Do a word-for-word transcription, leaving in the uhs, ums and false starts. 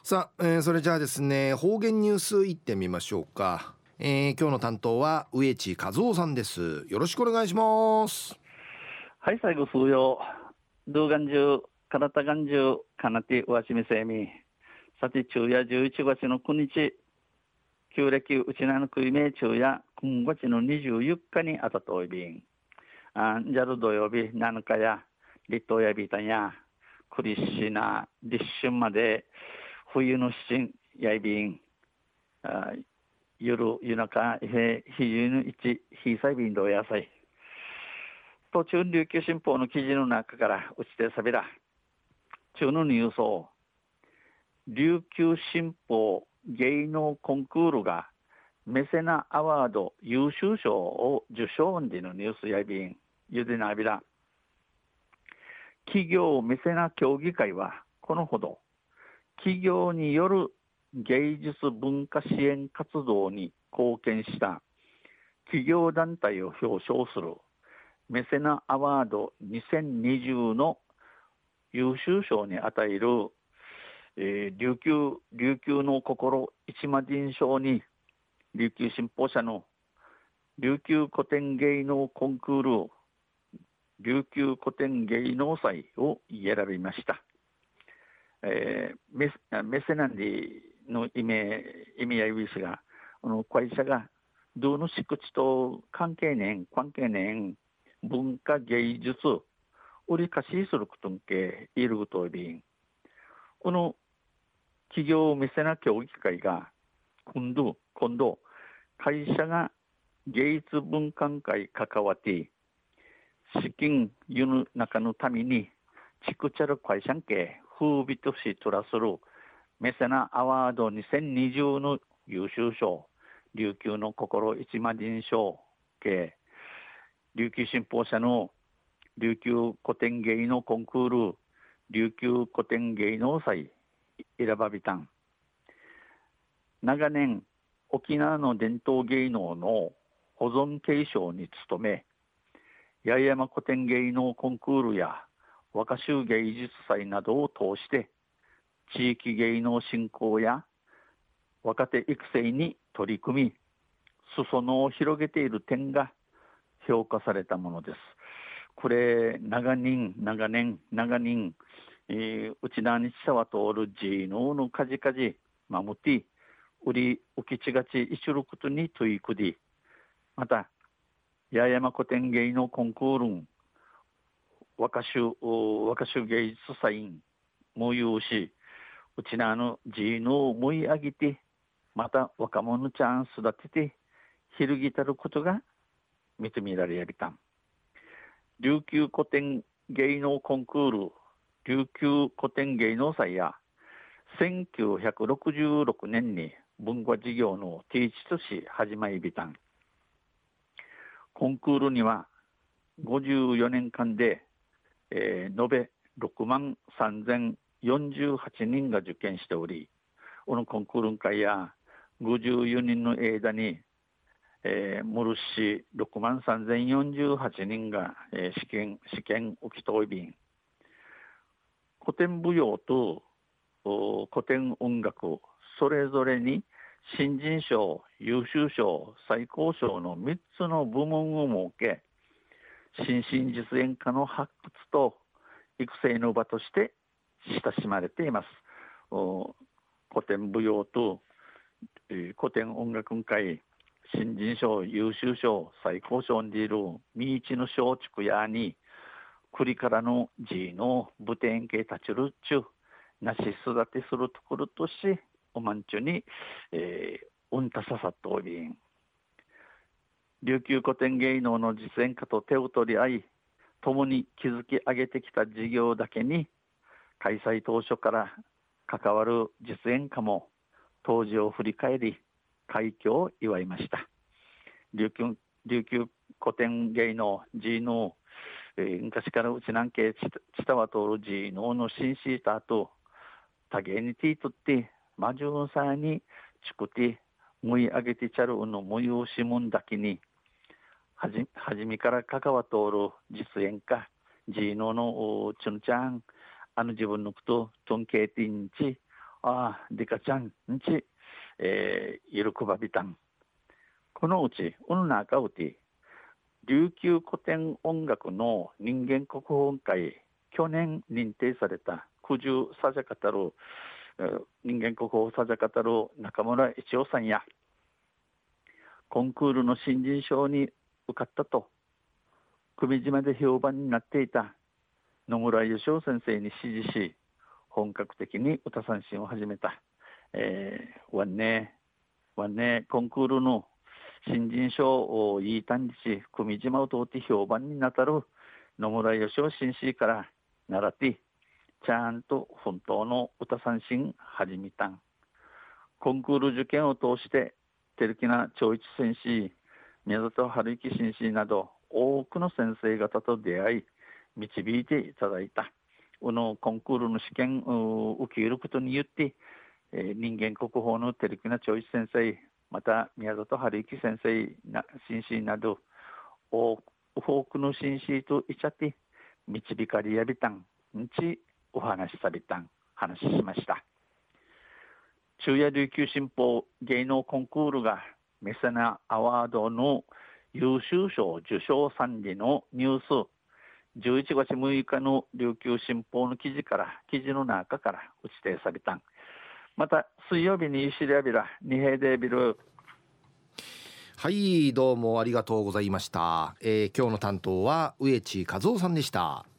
さあ、えーそれじゃあですね、方言ニュースいってみましょうか。えー今日の担当は植地和夫さんです。よろしくお願いします。 はい、最後、数曜。動画中、体眼中、かなて、わしみせみ。さて、昼夜じゅういちがつのくにち、旧暦、うちなのくいめ昼夜、今月のにじゅうよっかにあたといびん。あんじゃる土曜日、なのかや、立冬やびたんや、クリシナ、立春まで、冬の七やいびん。あ夜、夜中、へ、ひじゅうのいち、ひさいびんどうやさい。途中琉球新報の記事の中から打ちてさびら中のニュースを琉球新報芸能コンクールがメセナアワード優秀賞を受賞でのニュースやびんゆでなびら企業メセナ協議会はこのほど企業による芸術文化支援活動に貢献した企業団体を表彰するメセナアワードにせんにじゅうの優秀賞に与える、えー琉球琉球の心一魔人賞に琉球新報社の琉球古典芸能コンクール琉球古典芸能祭を選びました。えーメスメセナンディの意味意味合いですが、この会社がどの敷地と関係ねん関係ねん文化芸術売り貸しすることんけいることびんこの企業メセナ協議会が今度今度会社が芸術文化会関わって資金輸入中のためにチクチャル会社んけ風美としトラするメセナアワードにせんにじゅうの優秀賞琉球の心一魔人賞系琉球新報社の琉球古典芸能コンクール琉球古典芸能祭選ばびたん長年沖縄の伝統芸能の保存継承に努め八重山古典芸能コンクールや若衆芸術祭などを通して地域芸能振興や若手育成に取り組み裾野を広げている点が評価されたものです。これ長年長年長年、えー、内縄に伝わ通るジーノーのかじかじ守って売り浮きちがち一ることに取り組みまた八重山古典芸能コンクールン若衆若衆芸術祭も有しうちなのジーノを盛り上げてまた若者ちゃん育てて広げたることが認められやびたん琉球古典芸能コンクール琉球古典芸能祭やせんきゅうひゃくろくじゅうろくねんに文化事業の提出とし始まりびたんコンクールにはごじゅうよねんかんで、えー、延べろくまんさんぜんよんじゅうはちにんが受験しておりこのコンクール会やごじゅうよにんの間にえー、モルシろくまんさんぜんよんじゅうはちにんが、えー、試験試験起きといびん古典舞踊と古典音楽それぞれに新人賞優秀賞最高賞のみっつの部門を設け新進実演家の発掘と育成の場として親しまれています。古典舞踊と、えー、古典音楽会新人賞優秀賞最高賞にいる三一の松竹屋に栗からの地の舞天系立ちる中なし育てするところとしおまんちゅに、えー、うんたささっとおりん琉球古典芸能の実演家と手を取り合い共に築き上げてきた事業だけに開催当初から関わる実演家も当時を振り返り快挙を祝いました。琉球、琉球古典芸能ジーノー、えー、昔からうちなんけ伝わとるジーノーの新シーターと多芸にティーとってマジュンサーにチクティむい上げてちゃるのむゆうしもんだけにはじはじめから関わとる実演家ジーノーのチュンちゃんあの自分のことトンケーティンチあリカちゃんんち、えー、ゆるくばびたん。このうちうぬなかうて琉球古典音楽の人間国宝会去年認定された九十さじゃかたる人間国宝さじゃかたる中村一夫さんやコンクールの新人賞に受かったと久米島で評判になっていた野村義雄先生に師事し本格的に歌三振を始めた、えー、ワンネワンネコンクールの新人賞をいい単日久米島を通って評判になたる野村義雄紳士から習ってちゃんと本当の歌三振始めたん。コンクール受験を通して照木な長一先生宮里春之先生など多くの先生方と出会い導いていただいたこのコンクールの試験を受けることによって、えー、人間国宝の照木な長一先生また宮里春之先生な先生など多くの先生といちゃって導かれやびたんんちお話しされたん話しました。昼夜琉球新報芸能コンクールがメセナアワードの優秀賞受賞賛辞のニュースじゅういちがつむいかの琉球新報の記事から記事の中から打ち定されたん。また水曜日に石リアビラ二平デービル。 はい、どうもありがとうございました。えー、今日の担当は植地和夫さんでした。